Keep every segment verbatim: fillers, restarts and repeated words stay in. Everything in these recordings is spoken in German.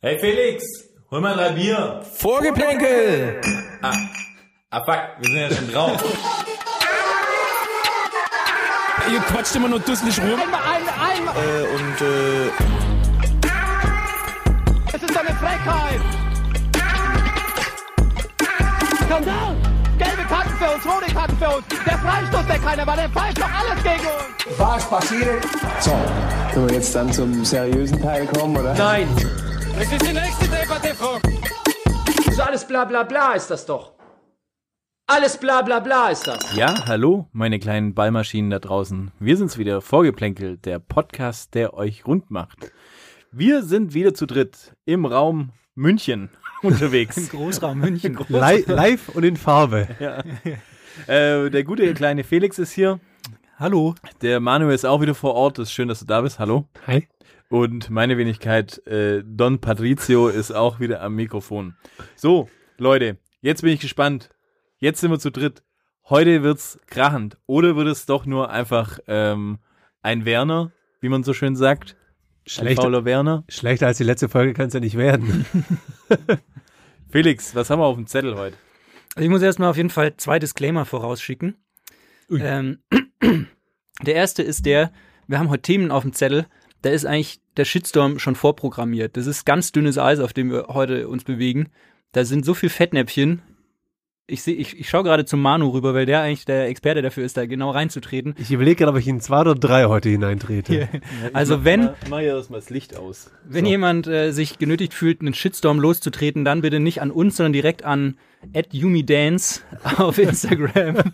Hey Felix, hol mal drei Bier. Vorgeplänkel! Ah, ah fuck, wir sind ja schon drauf. Ihr quatscht immer nur dusselig rum. Einmal, einmal, einmal. Äh, und, äh... Es ist eine Frechheit. Skandal! Gelbe Karten für uns, rote Karten für uns. Der Freistoß, der keiner war, der pfeift doch alles gegen uns. Was passiert? So, können wir jetzt dann zum seriösen Teil kommen, oder? Nein. Das ist die nächste Debatte, Frau. So alles bla bla bla ist das doch. Alles bla bla bla ist das. Ja, hallo, meine kleinen Ballmaschinen da draußen. Wir sind's wieder, Vorgeplänkel, der Podcast, der euch rund macht. Wir sind wieder zu dritt im Raum München unterwegs. Im Großraum München. Li- live und in Farbe. Ja. Äh, der gute kleine Felix ist hier. Hallo. Der Manuel ist auch wieder vor Ort. Es ist schön, dass du da bist. Hallo. Hi. Und meine Wenigkeit, äh, Don Patrizio, ist auch wieder am Mikrofon. So, Leute, jetzt bin ich gespannt. Jetzt sind wir zu dritt. Heute wird's krachend. Oder wird es doch nur einfach ähm, ein Werner, wie man so schön sagt? Ein fauler Werner. Schlechter als die letzte Folge kann es ja nicht werden. Felix, was haben wir auf dem Zettel heute? Ich muss erstmal auf jeden Fall zwei Disclaimer vorausschicken. Ähm, der erste ist der, wir haben heute Themen auf dem Zettel, da ist eigentlich der Shitstorm schon vorprogrammiert. Das ist ganz dünnes Eis, auf dem wir heute uns bewegen. Da sind so viel Fettnäpfchen. Ich sehe, ich, ich schaue gerade zum Manu rüber, weil der eigentlich der Experte dafür ist, da genau reinzutreten. Ich überlege gerade, ob ich in zwei oder drei heute hineintrete. Also wenn, Mach ja erstmal das Licht aus. wenn So. jemand äh, sich genötigt fühlt, einen Shitstorm loszutreten, dann bitte nicht an uns, sondern direkt an at yumidance auf Instagram.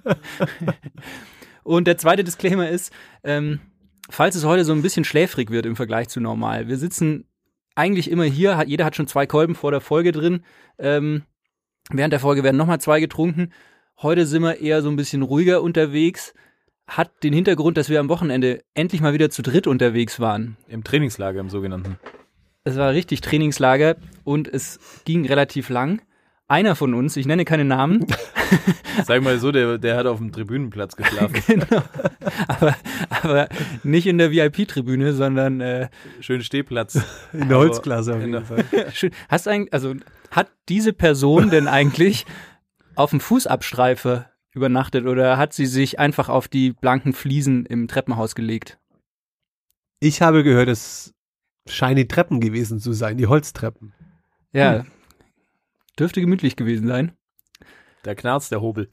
Und der zweite Disclaimer ist, ähm, falls es heute so ein bisschen schläfrig wird im Vergleich zu normal. Wir sitzen eigentlich immer hier, hat, jeder hat schon zwei Kolben vor der Folge drin. Ähm, während der Folge werden nochmal zwei getrunken. Heute sind wir eher so ein bisschen ruhiger unterwegs. Hat den Hintergrund, dass wir am Wochenende endlich mal wieder zu dritt unterwegs waren. Im Trainingslager, im sogenannten. Es war richtig Trainingslager und es ging relativ lang. Einer von uns, ich nenne keine Namen. Sag mal so, der, der hat auf dem Tribünenplatz geschlafen. Genau. Aber, aber nicht in der V I P-Tribüne, sondern äh, Schön Stehplatz. In der Holzklasse auf in jeden der- Fall. schön. Hast eigentlich, also hat diese Person denn eigentlich auf dem Fußabstreifer übernachtet oder hat sie sich einfach auf die blanken Fliesen im Treppenhaus gelegt? Ich habe gehört, es scheinen die Treppen gewesen zu sein, die Holztreppen. Ja, Hm. dürfte gemütlich gewesen sein. Da knarzt der Hobel.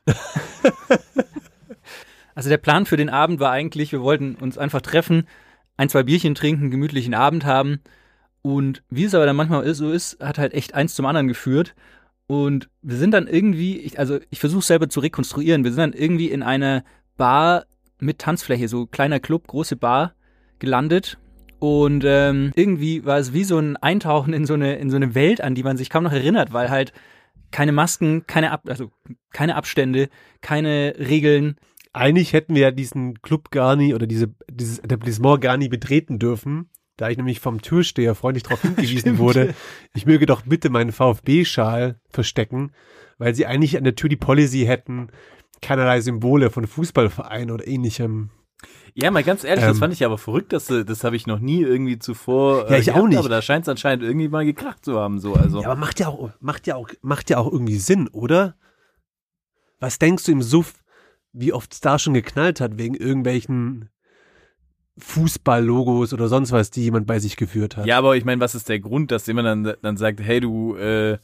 Also der Plan für den Abend war eigentlich, wir wollten uns einfach treffen, ein, zwei Bierchen trinken, gemütlichen Abend haben. Und wie es aber dann manchmal so ist, hat halt echt eins zum anderen geführt. Und wir sind dann irgendwie, ich, also ich versuche selber zu rekonstruieren, wir sind dann irgendwie in einer Bar mit Tanzfläche, so kleiner Club, große Bar, gelandet. Und ähm, irgendwie war es wie so ein Eintauchen in so eine in so eine Welt, an die man sich kaum noch erinnert, weil halt keine Masken, keine Ab also keine Abstände, keine Regeln. Eigentlich hätten wir ja diesen Club gar nie oder diese, dieses Etablissement gar nie betreten dürfen, da ich nämlich vom Türsteher freundlich darauf hingewiesen wurde, ich möge doch bitte meinen VfB-Schal verstecken, weil sie eigentlich an der Tür die Policy hätten, keinerlei Symbole von Fußballvereinen oder ähnlichem. Ja, mal ganz ehrlich, das Ähm. fand ich aber verrückt, dass du, das habe ich noch nie irgendwie zuvor äh, Ja, ich auch nicht. aber da scheint es anscheinend irgendwie mal gekracht zu haben, so, also. Ja, aber macht ja auch, macht ja auch, macht ja auch irgendwie Sinn, oder? Was denkst du im Suff, wie oft es da schon geknallt hat, wegen irgendwelchen Fußball-Logos oder sonst was, die jemand bei sich geführt hat? Ja, aber ich meine, was ist der Grund, dass jemand dann, dann sagt, hey, du, äh,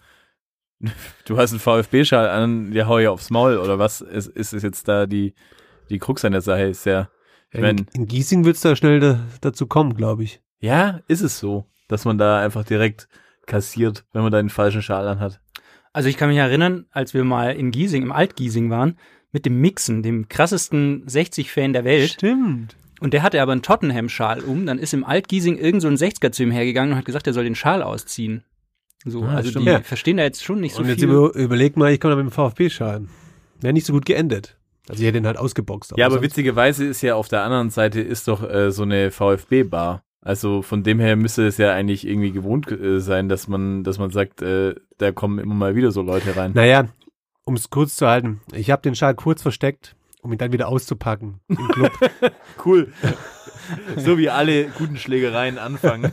du hast einen VfB-Schal an, der hau ja aufs Maul, oder was ist, ist es jetzt da die, die Krux an der Sache, ist ja, ich in, meine, in Giesing wird es da schnell da, dazu kommen, glaube ich. ja, ist es so, dass man da einfach direkt kassiert, wenn man da den falschen Schal anhat. Also ich kann mich erinnern, als wir mal in Giesing, im Alt-Giesing waren, mit dem Mixen, dem krassesten sechzig-Fan der Welt. Stimmt. Und der hatte aber einen Tottenham-Schal um. Dann ist im Alt-Giesing irgend so ein Sechziger zu ihm hergegangen und hat gesagt, er soll den Schal ausziehen. So, Ah, also stimmt. die Ja. verstehen da jetzt schon nicht so Und jetzt viel. über, überleg mal, ich komme da mit dem VfB-Schal. Wäre nicht so gut geendet. Also ich hätte den halt ausgeboxt. Ja, aber sonst- witzigerweise ist ja auf der anderen Seite ist doch äh, so eine VfB-Bar. Also von dem her müsste es ja eigentlich irgendwie gewohnt äh, sein, dass man, dass man sagt, äh, da kommen immer mal wieder so Leute rein. Naja, um es kurz zu halten, ich habe den Schal kurz versteckt um ihn dann wieder auszupacken im Club. Cool. So wie alle guten Schlägereien anfangen.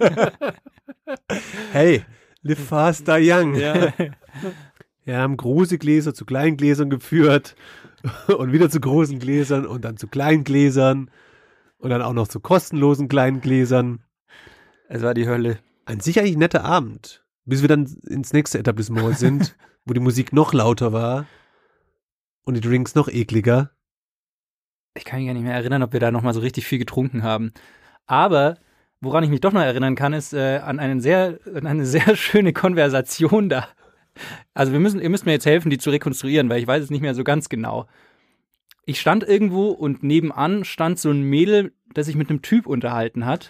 Hey, live fast, die young. Ja. Wir haben große Gläser zu kleinen Gläsern geführt und wieder zu großen Gläsern und dann zu kleinen Gläsern und dann auch noch zu kostenlosen kleinen Gläsern. Es war die Hölle. An sich eigentlich ein netter Abend, bis wir dann ins nächste Etablissement sind, wo die Musik noch lauter war und die Drinks noch ekliger. Ich kann mich gar nicht mehr erinnern, ob wir da nochmal so richtig viel getrunken haben. Aber woran ich mich doch noch erinnern kann, ist äh, an, einen sehr, an eine sehr schöne Konversation da. Also wir müssen, ihr müsst mir jetzt helfen, die zu rekonstruieren, weil ich weiß es nicht mehr so ganz genau. Ich stand irgendwo und nebenan stand so ein Mädel, das sich mit einem Typ unterhalten hat.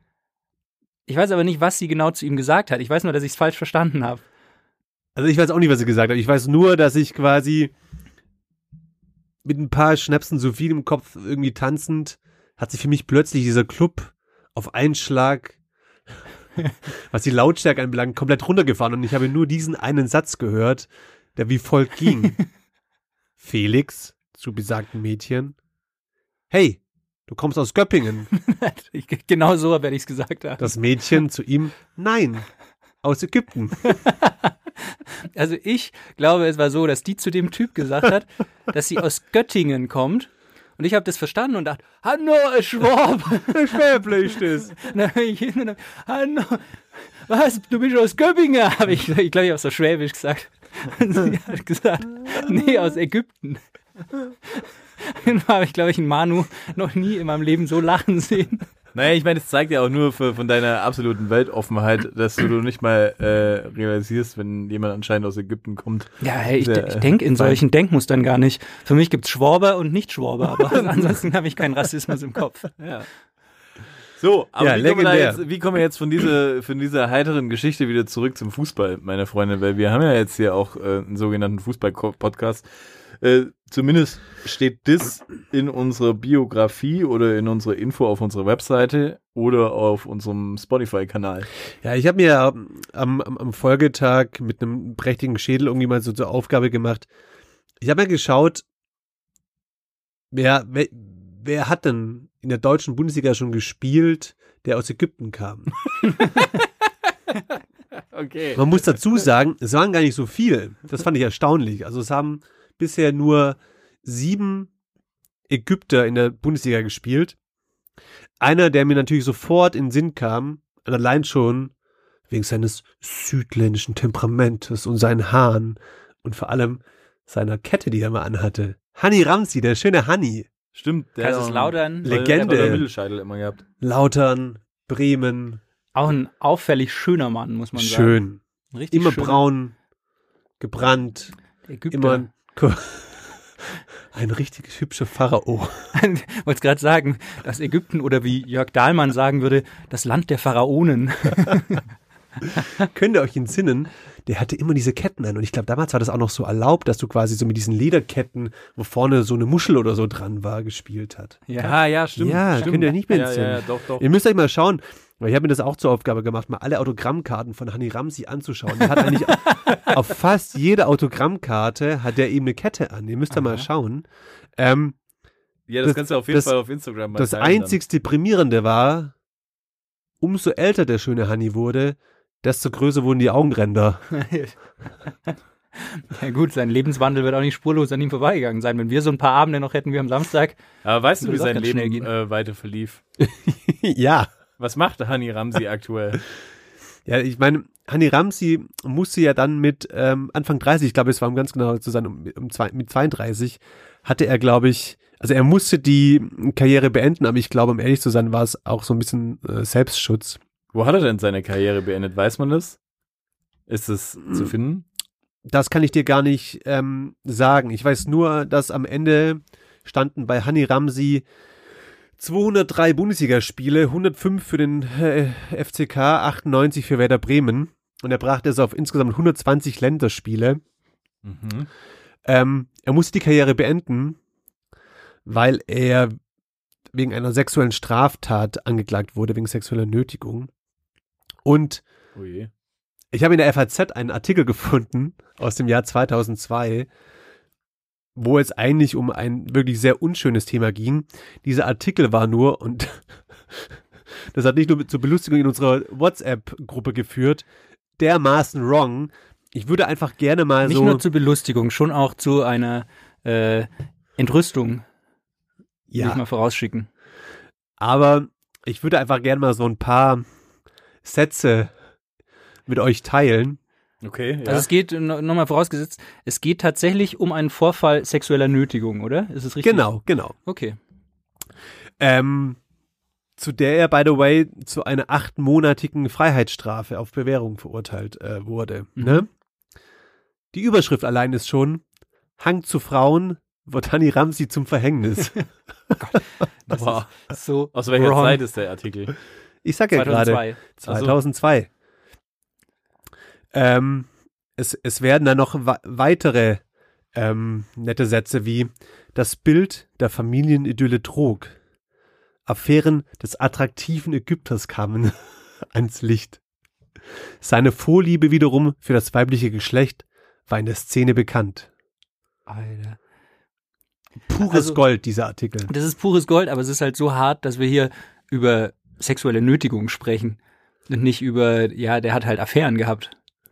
Ich weiß aber nicht, was sie genau zu ihm gesagt hat. Ich weiß nur, dass ich es falsch verstanden habe. Also ich weiß auch nicht, was sie gesagt hat. Ich weiß nur, dass ich quasi mit ein paar Schnäpsen so viel im Kopf irgendwie tanzend, hat sich für mich plötzlich dieser Club auf einen Schlag, was die Lautstärke anbelangt, komplett runtergefahren und ich habe nur diesen einen Satz gehört, der wie folgt ging. Felix, zu besagten Mädchen, hey, du kommst aus Göppingen. Ich, genau so werde ich es gesagt haben. Das Mädchen zu ihm, nein, aus Ägypten. Also ich glaube, es war so, dass die zu dem Typ gesagt hat, dass sie aus Göttingen kommt. Und ich habe das verstanden und dachte, Hanno, ein Schwab. Schwerpflicht ist. Dann hab ich hin und hab, Hanno, was, du bist aus Göppingen? Habe ich, ich glaube, ich habe es auf Schwäbisch gesagt. Und sie hat gesagt, nee, aus Ägypten. Dann habe ich, glaube ich, einen Manu noch nie in meinem Leben so lachen sehen. Naja, ich meine, das zeigt ja auch nur für, von deiner absoluten Weltoffenheit, dass du nicht mal äh, realisierst, wenn jemand anscheinend aus Ägypten kommt. Ja, hey, ich, Der, ich denke in fein. solchen Denkmustern gar nicht. Für mich gibt's Schwaber und Nicht-Schwaber, aber ansonsten habe ich keinen Rassismus im Kopf. Ja. So, aber Ja, wie, kommen wir da legendär. jetzt, wie kommen wir jetzt von dieser, von dieser heiteren Geschichte wieder zurück zum Fußball, meine Freunde? Weil wir haben ja jetzt hier auch äh, einen sogenannten Fußball-Podcast. Äh, zumindest steht das in unserer Biografie oder in unserer Info auf unserer Webseite oder auf unserem Spotify-Kanal. Ja, ich habe mir am, am, am Folgetag mit einem prächtigen Schädel irgendwie mal so zur Aufgabe gemacht. Ich habe mal geschaut, wer, wer, wer hat denn in der deutschen Bundesliga schon gespielt, der aus Ägypten kam? Okay. Man muss dazu sagen, es waren gar nicht so viele. Das fand ich erstaunlich. Also es haben bisher nur sieben Ägypter in der Bundesliga gespielt. Einer, der mir natürlich sofort in den Sinn kam, allein schon wegen seines südländischen Temperamentes und seinen Haaren und vor allem seiner Kette, die er mal anhatte. Hani Ramsi, der schöne Hani. Stimmt. Der hat auch einen Kaiserslautern, Legende. tollen Mittelscheitel immer gehabt. Lautern, Bremen, auch ein auffällig schöner Mann, muss man sagen. schön. Richtig Immer schön. braun, gebrannt, Ägypter. immer ein richtig hübscher Pharao. Ich wollte gerade sagen, das Ägypten oder wie Jörg Dahlmann sagen würde, das Land der Pharaonen. Könnt ihr euch entsinnen, der hatte immer diese Ketten an und ich glaube, damals war das auch noch so erlaubt, dass du quasi so mit diesen Lederketten, wo vorne so eine Muschel oder so dran war, gespielt hat. Ja, ja, stimmt. Ja, stimmt. könnt ihr nicht mehr ja, entsinnen. ja, ja, doch, doch. Ihr müsst euch mal schauen, weil ich habe mir das auch zur Aufgabe gemacht, mal alle Autogrammkarten von Hani Ramsi anzuschauen. Der hat eigentlich auf fast jede Autogrammkarte hat der eben eine Kette an. Ihr müsst da mal schauen. Ähm, Ja, das, das- kannst du auf jeden das- Fall auf Instagram mal das teilen einzig Deprimierende war, umso älter der schöne Hani wurde, desto größer wurden die Augenränder. Ja gut, sein Lebenswandel wird auch nicht spurlos an ihm vorbeigegangen sein. Wenn wir so ein paar Abende noch hätten wie am Samstag. dann. Aber weißt du, Würde wie das auch sein ganz schnell Leben gehen. äh, weiter verlief? Ja. Was macht Hani Ramsi aktuell? Ja, ich meine, Hani Ramsi musste ja dann mit ähm, Anfang dreißig, ich glaube, es war um ganz genau zu sein, um, um zwei, mit zweiunddreißig, hatte er, glaube ich, also er musste die Karriere beenden, aber ich glaube, um ehrlich zu sein, war es auch so ein bisschen äh, Selbstschutz. Wo hat er denn seine Karriere beendet? Weiß man das? Ist es zu finden? Das kann ich dir gar nicht ähm, sagen. Ich weiß nur, dass am Ende standen bei Hani Ramsi zweihundertdrei Bundesligaspiele, hundertfünf für den äh, F C K, achtundneunzig für Werder Bremen. Und er brachte es auf insgesamt hundertzwanzig Länderspiele. Mhm. Ähm, er musste die Karriere beenden, weil er wegen einer sexuellen Straftat angeklagt wurde, wegen sexueller Nötigung. Und Oh je. ich habe in der F A Z einen Artikel gefunden aus dem Jahr zweitausendzwei, wo es eigentlich um ein wirklich sehr unschönes Thema ging. Dieser Artikel war nur, und das hat nicht nur zur Belustigung in unserer WhatsApp-Gruppe geführt, dermaßen wrong. Ich würde einfach gerne mal Nicht so... nur zur Belustigung, schon auch zu einer äh, Entrüstung, will ja, ich mal vorausschicken. aber ich würde einfach gerne mal so ein paar Sätze mit euch teilen. Okay, ja. Also es geht, no- nochmal vorausgesetzt, es geht tatsächlich um einen Vorfall sexueller Nötigung, oder? Ist es richtig? Genau, genau. Okay. Ähm, zu der er, by the way, zu einer achtmonatigen Freiheitsstrafe auf Bewährung verurteilt äh, wurde. Mhm. Ne? Die Überschrift allein ist schon: Hang zu Frauen wird Hani Ramsi zum Verhängnis. Das Wow. ist so Aus welcher wrong. Zeit ist der Artikel? Ich sag ja gerade zweitausendzwei. zweitausendzwei. Ähm, es, es werden dann noch wa- weitere ähm, nette Sätze wie: Das Bild der Familienidylle trug. Affären des attraktiven Ägypters kamen ans Licht. Seine Vorliebe wiederum für das weibliche Geschlecht war in der Szene bekannt. Alter. Pures Also- Gold, dieser Artikel. Das ist pures Gold, aber es ist halt so hart, dass wir hier über sexuelle Nötigung sprechen. Und nicht über, ja, der hat halt Affären gehabt.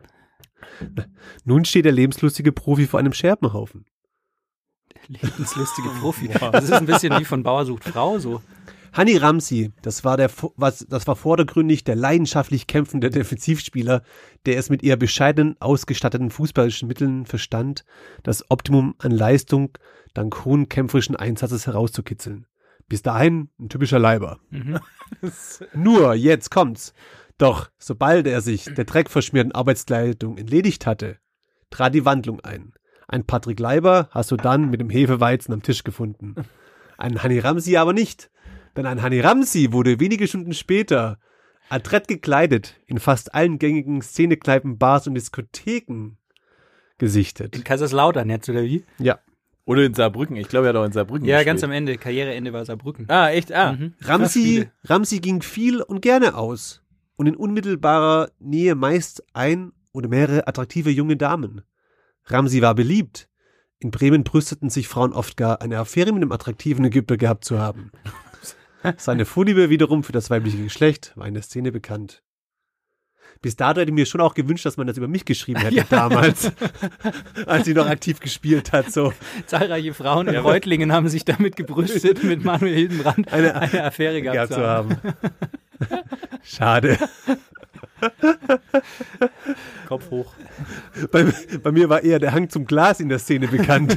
Nun steht der lebenslustige Profi vor einem Scherbenhaufen. Lebenslustige Profi. Das ist ein bisschen wie von Bauer sucht Frau, so. Hani Ramsi, das war der, was, das war vordergründig der leidenschaftlich kämpfende Defensivspieler, der es mit eher bescheidenen, ausgestatteten fußballischen Mitteln verstand, das Optimum an Leistung dank hohen kämpferischen Einsatzes herauszukitzeln. Bis dahin ein typischer Leiber. Mhm. Nur, jetzt kommt's. Doch, sobald er sich der dreckverschmierten Arbeitskleidung entledigt hatte, trat die Wandlung ein. Ein Patrick Leiber hast du dann mit dem Hefeweizen am Tisch gefunden. Einen Hani Ramsi aber nicht. Denn ein Hani Ramsi wurde wenige Stunden später adrett gekleidet in fast allen gängigen Szenekneipen, Bars und Diskotheken gesichtet. In Kaiserslautern jetzt, oder wie? Ja. Oder in Saarbrücken. Ich glaube, er hat auch in Saarbrücken Ja, gespielt. ganz am Ende. Karriereende war Saarbrücken. Ah, echt? Ah. Mhm. Ramsi, Ramsi ging viel und gerne aus und in unmittelbarer Nähe meist ein oder mehrere attraktive junge Damen. Ramsi war beliebt. In Bremen brüsteten sich Frauen oft gar, eine Affäre mit einem attraktiven Ägypter gehabt zu haben. Seine Vorliebe wiederum für das weibliche Geschlecht war in der Szene bekannt. Bis dato hätte ich mir schon auch gewünscht, dass man das über mich geschrieben hätte Ja. damals, als ich noch aktiv gespielt hat. So. Zahlreiche Frauen in Reutlingen haben sich damit gebrüstet, mit Manuel Hildenbrand Eine- eine, Affäre gehabt, gehabt zu zu haben. haben. Schade. Kopf hoch. Bei, bei mir war eher der Hang zum Glas in der Szene bekannt.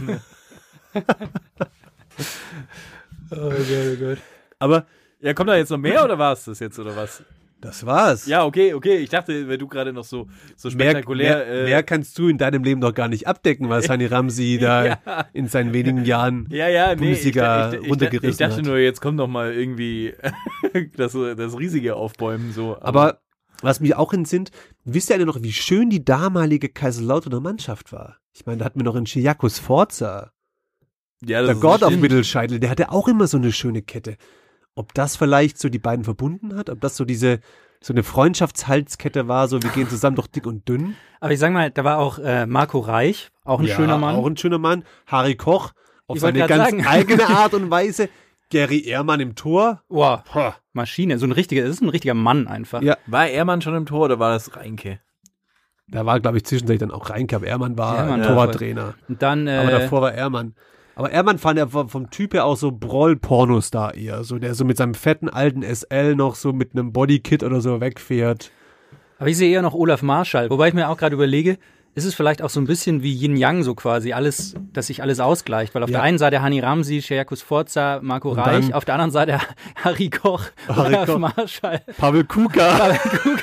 Oh Gott, oh Gott. Aber Ja, kommt da jetzt noch mehr oder war es das jetzt oder was? das war's. Ja, okay, okay. Ich dachte, weil du gerade noch so, so Mehr, spektakulär. mehr, äh, mehr kannst du in deinem Leben doch gar nicht abdecken, was Hani Ramsi da Ja. in seinen wenigen Jahren ja, ja, nee, Bundesliga ich, ich, ich, ich, runtergerissen ich dachte hat. nur, jetzt kommt noch mal irgendwie das, das riesige Aufbäumen so. Aber was mich auch entsinnt, wisst ihr alle noch, wie schön die damalige Kaiserslauterner Mannschaft war? Ich meine, da hatten wir noch einen Chiaco Sforza, ja, das der ist Gott auf stimmt. Mittelscheitel, der hatte auch immer so eine schöne Kette. Ob das vielleicht so die beiden verbunden hat, ob das so diese so eine Freundschaftshalskette war, so wir gehen zusammen durch dick und dünn. Aber ich sag mal, da war auch äh, Marco Reich, auch ein Ja, schöner Mann. Auch ein schöner Mann. Harry Koch, auf Ich wollte seine grad ganz sagen. eigene Art und Weise. Gary Ehrmann im Tor. Boah, Maschine, so ein richtiger, das ist ein richtiger Mann einfach. Ja. War Ehrmann schon im Tor oder war das Reinke? Da war, glaube ich, zwischenzeitlich dann auch Reinke, aber Ehrmann war Ehrmann, ein ja, Torwarttrainer. Und dann, äh, Aber davor war Ehrmann. Aber Ehrmann fand er vom, vom Typ her auch so Broll-Pornostar eher. So, der so mit seinem fetten alten S L noch so mit einem Bodykit oder so wegfährt. aber ich sehe eher noch Olaf Marschall, wobei ich mir auch gerade überlege, ist es vielleicht auch so ein bisschen wie Yin-Yang so quasi, alles, dass sich alles ausgleicht, weil auf Ja. der einen Seite Hani Ramsi, Chiaco Sforza, Marco Und Reich, dann- auf der anderen Seite Harry Koch, Harry Olaf Koch. Marschall, Pavel Kuka.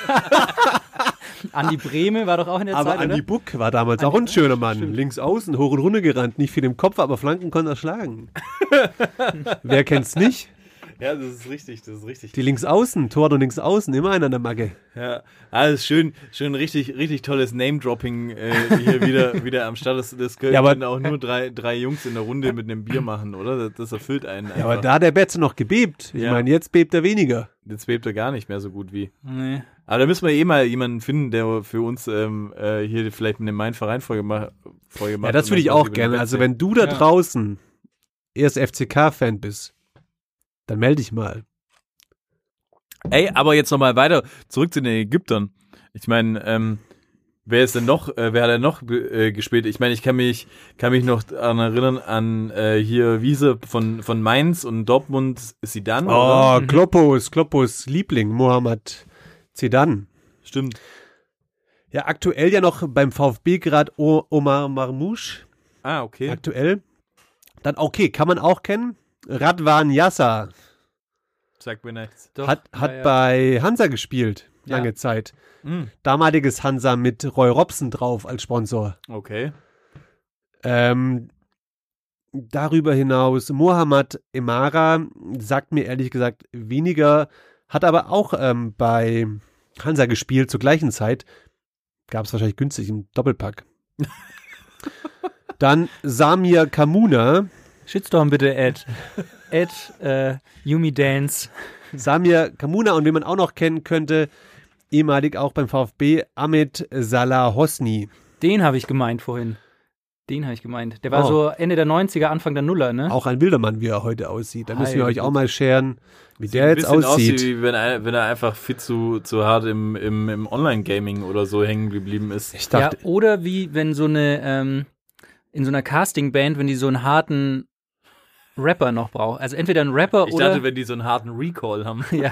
Andi Brehme war doch auch in der Aber Zeit, Andi oder? Buck war damals auch ein schöner Mann. Links außen, hoch und runter gerannt. Nicht viel im Kopf, aber Flanken konnte er schlagen. Wer kennt's nicht? Ja, das ist richtig, das ist richtig. Die Linksaußen, Tor und Linksaußen, immer einer an der Macke. Ja, alles schön, schön richtig, richtig tolles Name-Dropping äh, hier wieder, wieder am Start. Das, das können Ja, aber- auch nur drei, drei Jungs in der Runde mit einem Bier machen, oder? Das, das erfüllt einen einfach. Ja, aber da hat der Betze noch gebebt. Ich Ja. meine, jetzt bebt er weniger. Jetzt bebt er gar nicht mehr so gut wie. Nee. Aber da müssen wir eh mal jemanden finden, der für uns ähm, äh, hier vielleicht eine Main-Verein-Folge ma- Folge macht. Ja, das und würde ich dann auch quasi über gerne. den Also Betze- wenn du da Ja. draußen erst F C K-Fan bist, dann melde dich mal. Ey, aber jetzt nochmal weiter zurück zu den Ägyptern. Ich meine, ähm, wer ist denn noch, äh, wer hat denn noch äh, gespielt? Ich meine, ich kann mich, kann mich noch daran erinnern an äh, hier Wiese von, von Mainz und Dortmund Zidane. Oh, Oder? Kloppos, Kloppos Liebling, Mohamed Zidane. Stimmt. Ja, aktuell ja noch beim VfB gerade o- Omar Marmouche. Ah, okay. Aktuell. Dann, okay, kann man auch kennen. Radwan Yassa Sagt mir nichts. Doch, hat, ja, hat ja. bei Hansa gespielt, Ja. lange Zeit. Mhm. Damaliges Hansa mit Roy Robson drauf als Sponsor. Okay. Ähm, darüber hinaus Mohamed Emara sagt mir ehrlich gesagt weniger, hat aber auch ähm, bei Hansa gespielt zur gleichen Zeit. Gab es wahrscheinlich günstig im Doppelpack. Dann Samir Kamuna. Shitstorm bitte, Ed. Ed, äh, Yumi Dance. Samir Kamuna und wen man auch noch kennen könnte, ehemalig auch beim VfB, Ahmed Salah Hosni. Den habe ich gemeint vorhin. Den habe ich gemeint. Der war Oh. so Ende der neunziger, Anfang der Nuller, ne? Auch ein Wildermann, wie er heute aussieht. Da müssen wir Heilige euch auch mal scheren, wie Sieht der ein jetzt bisschen aussieht. aus, wie wenn er, wenn er einfach viel zu, zu hart im, im, im Online-Gaming oder so hängen geblieben ist. Ich Ja, dachte, oder wie wenn so eine, ähm, in so einer Casting-Band, wenn die so einen harten Rapper noch braucht. Also entweder ein Rapper Ich oder... dachte, wenn die so einen harten Recall haben. ja.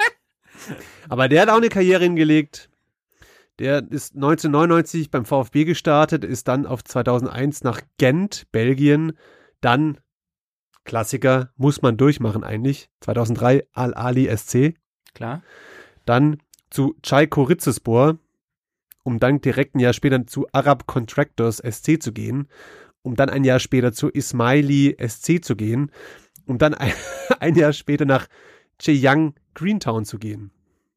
aber der hat auch eine Karriere hingelegt. Der ist neunzehnhundertneunundneunzig beim VfB gestartet, ist dann auf zweitausendeins nach Gent, Belgien, dann Klassiker, muss man durchmachen eigentlich, zweitausenddrei Al-Ali S C, Klar. dann zu Çaykur Rizespor, um dann direkt ein Jahr später zu Arab Contractors S C zu gehen, um dann ein Jahr später zu Ismaili S C zu gehen, um dann ein, ein Jahr später nach Cheyang Greentown zu gehen.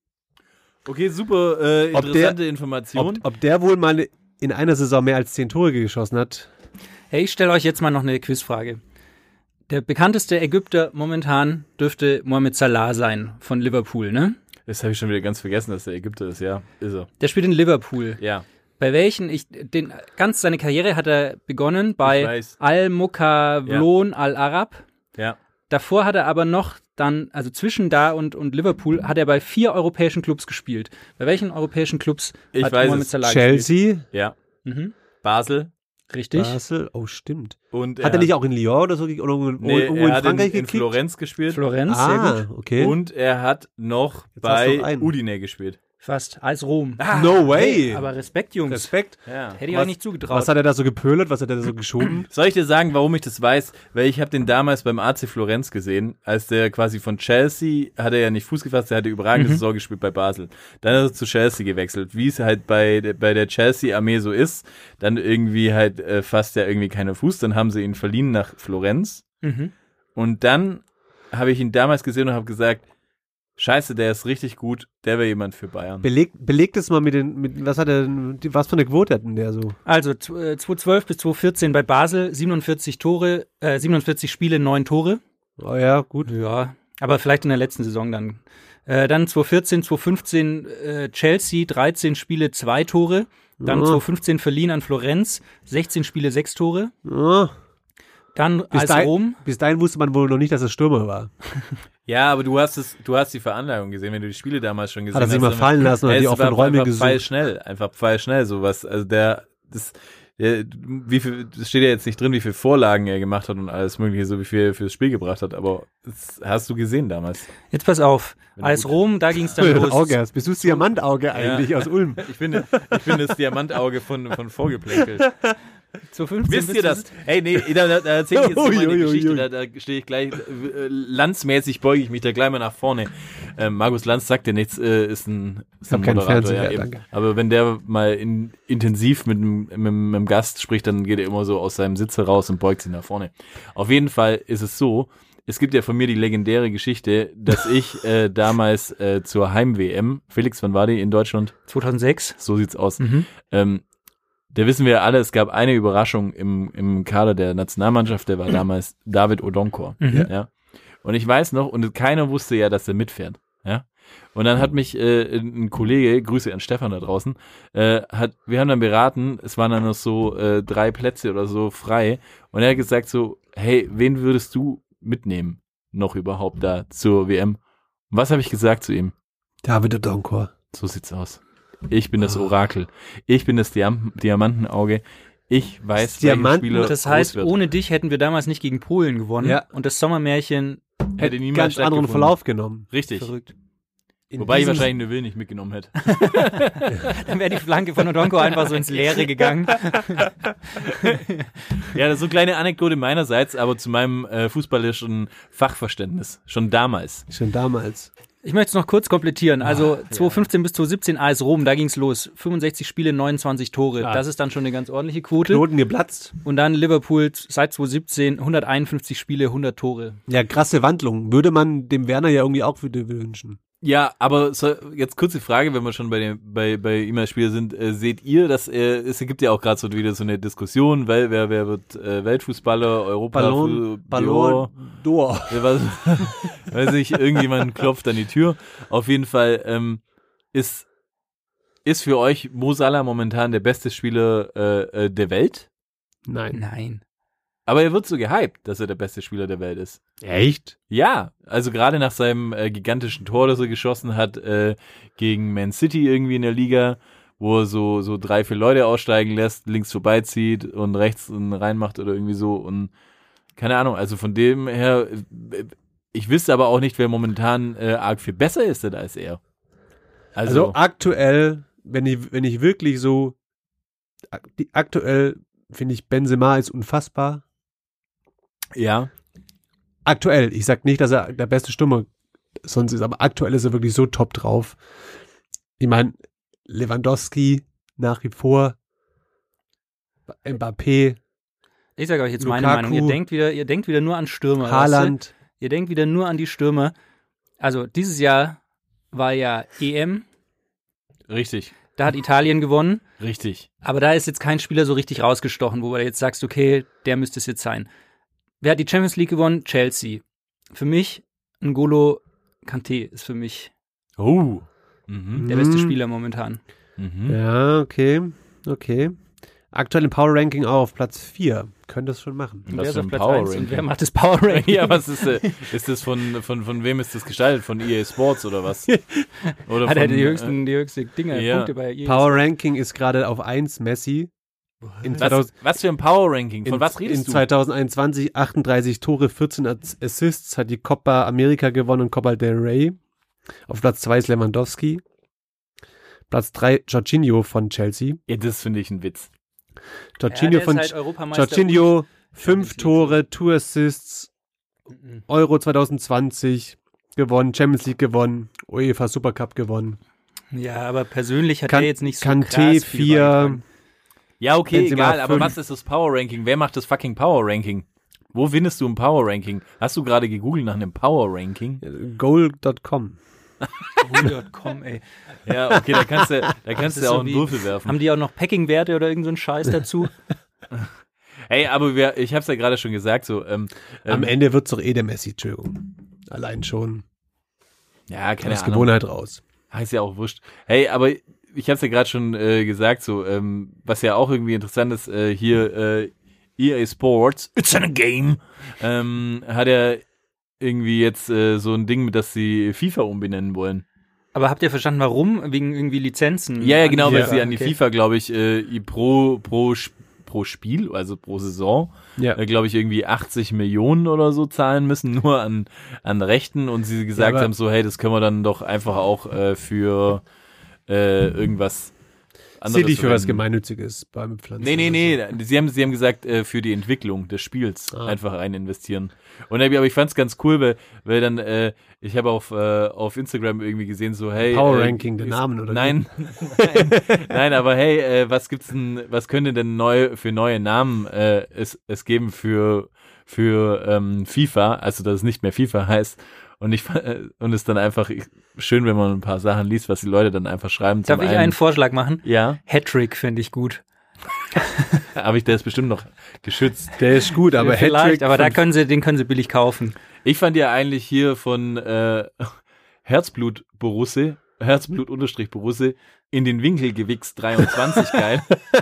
Okay, super äh, Ob interessante der- Information. Ob, ob der wohl mal in einer Saison mehr als zehn Tore geschossen hat? Hey, ich stelle euch jetzt mal noch eine Quizfrage. Der bekannteste Ägypter momentan dürfte Mohamed Salah sein von Liverpool, ne? Das habe ich schon wieder ganz vergessen, dass der Ägypter ist. Ja, ist er. Der spielt in Liverpool. Ja. Bei welchen, ich, den, ganz seine Karriere hat er begonnen Ich bei weiß. Al-Mukawlon Al-Arab. Ja. Davor hat er aber noch dann, also zwischen da und, und Liverpool, hat er bei vier europäischen Clubs gespielt. Bei welchen europäischen Clubs Ich hat weiß Mohamed es. Salah gespielt? Chelsea, Ja. Mhm. Basel. Richtig. Basel, oh stimmt. Und Hat er nicht auch in Lyon oder so ge- oder irgendwo nee, irgendwo er in hat Frankreich in, in gekickt? Florenz gespielt. Florenz, sehr Ah, gut. okay. Und er hat noch hast du bei noch einen. Udine gespielt. Fast. Als Rom. No way. Hey, aber Respekt, Jungs. Respekt. Ja. Hätte ich Was- euch nicht zugetraut. Was hat er da so gepöllert? Was hat er da so geschoben? Soll ich dir sagen, warum ich das weiß? Weil ich habe den damals beim A C Florenz gesehen, als der quasi von Chelsea, hat er ja nicht Fuß gefasst, der hatte überragende Saison gespielt bei Basel. Dann ist er zu Chelsea gewechselt, wie es halt bei, der- bei der Chelsea-Armee so ist. Dann irgendwie halt äh, fasst er irgendwie keiner Fuß, dann haben sie ihn verliehen nach Florenz. Mhm. Und dann habe ich ihn damals gesehen und habe gesagt, scheiße, der ist richtig gut, der wäre jemand für Bayern. Beleg, belegt es mal mit den, mit, was hat er, denn- die- was für eine Quote hat denn der so? Also zw- äh, zweitausendzwölf bis zweitausendvierzehn bei Basel, siebenundvierzig Tore, äh, siebenundvierzig Spiele, neun Tore. Oh ja, gut. Ja, aber vielleicht in der letzten Saison dann. Äh, dann zweitausendvierzehn, zweitausendfünfzehn äh, Chelsea, dreizehn Spiele, zwei Tore. Dann Ja. zweitausendfünfzehn verliehen an Florenz, sechzehn Spiele, sechs Tore. Oh, Dann bis, als dahin, Rom, bis dahin wusste man wohl noch nicht, dass er Stürmer war. Ja, aber du hast es, du hast die Veranlagung gesehen, wenn du die Spiele damals schon gesehen Hat er hast. sich mal dann- fallen lassen oder Ja, die es offenen war Räume einfach gesucht? pfeilschnell, einfach pfeilschnell sowas. Also der, das, der, wie viel, das steht ja jetzt nicht drin, wie viele Vorlagen er gemacht hat und alles mögliche, so wie viel er fürs Spiel gebracht hat, aber das hast du gesehen damals. jetzt pass auf, Wenn als gut. Rom, da ging es dann los. Auge hast. Bist du das Diamantauge eigentlich aus Ulm? Ich bin, ich bin das Diamantauge von, von Vorgeplänkel. zweitausendfünfzehn Wisst bis ihr das? Hey, nee, da, da, da erzähl ich jetzt so meine Ui, ui, Geschichte, ui. da, da stehe ich gleich, äh, landsmäßig beuge ich mich da gleich mal nach vorne. Ähm, Markus Lanz sagt dir nichts, äh, ist ein, ist hab ein keinen Moderator. Fernseher, Ja, eben. danke. Aber wenn der mal in, intensiv mit, dem- mit, dem- mit dem Gast spricht, dann geht er immer so aus seinem Sitz heraus und beugt sich nach vorne. Auf jeden Fall ist es so, es gibt ja von mir die legendäre Geschichte, dass ich äh, damals äh, zur Heim-W M, Felix, wann war die in Deutschland? zweitausendsechs. So sieht's aus. Mhm. Ähm, da wissen wir ja alle, es gab eine Überraschung im, im Kader der Nationalmannschaft, der war damals David Odonkor. Mhm. Ja. Und ich weiß noch, und keiner wusste ja, dass er mitfährt. Ja. Und dann hat mich äh, ein Kollege, Grüße an Stefan da draußen, äh, hat, wir haben dann beraten, es waren dann noch so äh, drei Plätze oder so frei. Und er hat gesagt so, hey, wen würdest du mitnehmen noch überhaupt da zur W M? Und was habe ich gesagt zu ihm? David Odonkor. So sieht's aus. Ich bin das Orakel. Ich bin das Diam- Diamantenauge. Ich weiß, Das Diamanten- welcher Spieler Das heißt, groß wird. ohne dich hätten wir damals nicht gegen Polen gewonnen. Ja. Und das Sommermärchen hätte niemals Ganz anderen stattgefunden. Verlauf genommen. Richtig. verrückt. In Wobei ich diesem- wahrscheinlich eine Will nicht mitgenommen hätte. Dann wäre die Flanke von Odonko einfach so ins Leere gegangen. Ja, das ist so eine kleine Anekdote meinerseits, aber zu meinem äh, fußballerischen Fachverständnis. Schon damals. Schon damals. Ich möchte es noch kurz komplettieren. Also zweitausendfünfzehn bis zweitausendsiebzehn A S Rom, da ging's los. fünfundsechzig Spiele, neunundzwanzig Tore. Ja. Das ist dann schon eine ganz ordentliche Quote. Knoten geplatzt. Und dann Liverpool seit zweitausendsiebzehn, hunderteinundfünfzig Spiele, hundert Tore. Ja, krasse Wandlung. Würde man dem Werner ja irgendwie auch wieder wünschen. Ja, aber so, jetzt kurze Frage, wenn wir schon bei dem bei bei E-Mail-Spieler sind, äh, seht ihr, dass äh, es gibt ja auch gerade so wieder so eine Diskussion, weil wer wer wird äh, Weltfußballer, Europa, Ballon, Fu- Ballon d'Or. Ja, was, weiß ich, irgendjemand klopft an die Tür. Auf jeden Fall ähm, ist ist für euch Mo Salah momentan der beste Spieler äh, äh, der Welt, Nein. Nein. aber er wird so gehypt, dass er der beste Spieler der Welt ist. Echt? Ja, also gerade nach seinem äh, gigantischen Tor, das er geschossen hat äh, gegen Man City irgendwie in der Liga, wo er so so drei, vier Leute aussteigen lässt, links vorbeizieht und rechts und reinmacht oder irgendwie so und keine Ahnung, also von dem her, äh, ich wüsste aber auch nicht, wer momentan äh, arg viel besser ist denn als er. Also, Also, aktuell, wenn ich, wenn ich wirklich so, ak- die, aktuell finde ich Benzema ist unfassbar. ja, Aktuell, ich sag nicht, dass er der beste Stürmer sonst ist, aber aktuell ist er wirklich so top drauf. Ich meine, Lewandowski nach wie vor, Mbappé, Ich sage euch jetzt meine Lukaku, Meinung. Ihr denkt wieder, ihr denkt wieder nur an Stürmer. weißt Haaland. du? Ihr denkt wieder nur an die Stürmer. Also dieses Jahr war ja E M. richtig, Da hat Italien gewonnen. richtig. Aber da ist jetzt kein Spieler so richtig rausgestochen, wo du jetzt sagst, okay, der müsste es jetzt sein. Wer hat die Champions League gewonnen? Chelsea. Für mich, N'Golo Kanté ist für mich Oh. Mhm. der beste Spieler momentan. Mhm. Ja, okay, okay. Aktuell im Power Ranking auch auf Platz vier. Könnte es schon machen. Und Was wer ist für auf ein Platz Power eins und Ranking? wer macht das Power Ranking? Ja, was ist äh, ist das von von von wem ist das gestaltet? Von E A Sports oder was? Oder Hat er von, die äh, höchsten, die höchsten Dinge, ja. Punkte bei E A. Power Ranking ist gerade auf eins Messi. In, Was, zweitausend, was für ein Power Ranking? Von in, was redest in du? zweitausendeinundzwanzig achtunddreißig Tore, vierzehn Assists, hat die Copa America gewonnen und Copa del Rey. Auf Platz zwei ist Lewandowski. Platz drei Jorginho von Chelsea. Ja, das finde ich ein Witz. Jorginho von halt Europameister. Jorginho, fünf Champions League. Tore, Two Assists, Mhm. Euro zwanzig zwanzig gewonnen, Champions League gewonnen, UEFA Supercup gewonnen. Ja, aber persönlich hat Kan- er jetzt nicht so Kanté krass viel vier. beigetragen. Ja, okay, Benzema egal, aber fünf. was ist das Power Ranking? Wer macht das fucking Power Ranking? Wo findest du ein Power Ranking? Hast du gerade gegoogelt nach einem Power Ranking? Goal Punkt com. Komm, ey. Ja, okay, da kannst du, da kannst ist du auch so einen wie- Würfel werfen. Haben die auch noch Packing-Werte oder irgend so einen Scheiß dazu? Hey, aber wir, ich hab's ja gerade schon gesagt, so, ähm, Am ähm, Ende wird's doch eh der Messi, Entschuldigung. Allein schon. ja, keine Aus Ahnung. Gewohnheit raus. Heißt ja auch wurscht. Hey, aber ich hab's ja gerade schon äh, gesagt, so, ähm, was ja auch irgendwie interessant ist, äh, hier äh, E A Sports, it's in a game, ähm, hat ja irgendwie jetzt äh, so ein Ding, mit dass sie FIFA umbenennen wollen. Aber habt ihr verstanden, warum? Wegen irgendwie Lizenzen? Ja, ja, genau, An weil FIFA, sie an die okay. FIFA, glaube ich, äh, pro, pro, Sp- pro Spiel, also pro Saison, Ja. äh, glaube ich, irgendwie achtzig Millionen oder so zahlen müssen, nur an, an Rechten und sie gesagt aber- haben so, hey, das können wir dann doch einfach auch äh, für äh, irgendwas anderes Sieh dich für was verwenden. Gemeinnütziges beim Pflanzen. Nee, nee, oder nee, sie haben, sie haben gesagt, äh, für die Entwicklung des Spiels Ah. einfach rein investieren. Und aber ich fand's ganz cool, weil, weil dann, äh, ich habe auf, äh, auf Instagram irgendwie gesehen, so, hey. Power äh, Ranking, der ist- Namen, oder? Nein, nein, nein, aber hey, äh, was gibt's denn, was könnte denn neu, für neue Namen, äh, es, es geben für, für ähm, FIFA, also dass es nicht mehr FIFA heißt. Und ich äh, und es dann einfach schön, wenn man ein paar Sachen liest, was die Leute dann einfach schreiben. Darf Zum ich einen, einen Vorschlag machen? Ja, Hattrick finde ich gut. aber ich, der ist bestimmt noch geschützt. Der ist gut, aber Vielleicht, Hattrick aber da von- können sie, den können sie billig kaufen. Ich fand ja eigentlich hier von äh, Herzblut Borusse, Herzblut unterstrich Borusse, in den Winkel gewichst dreiundzwanzig geil.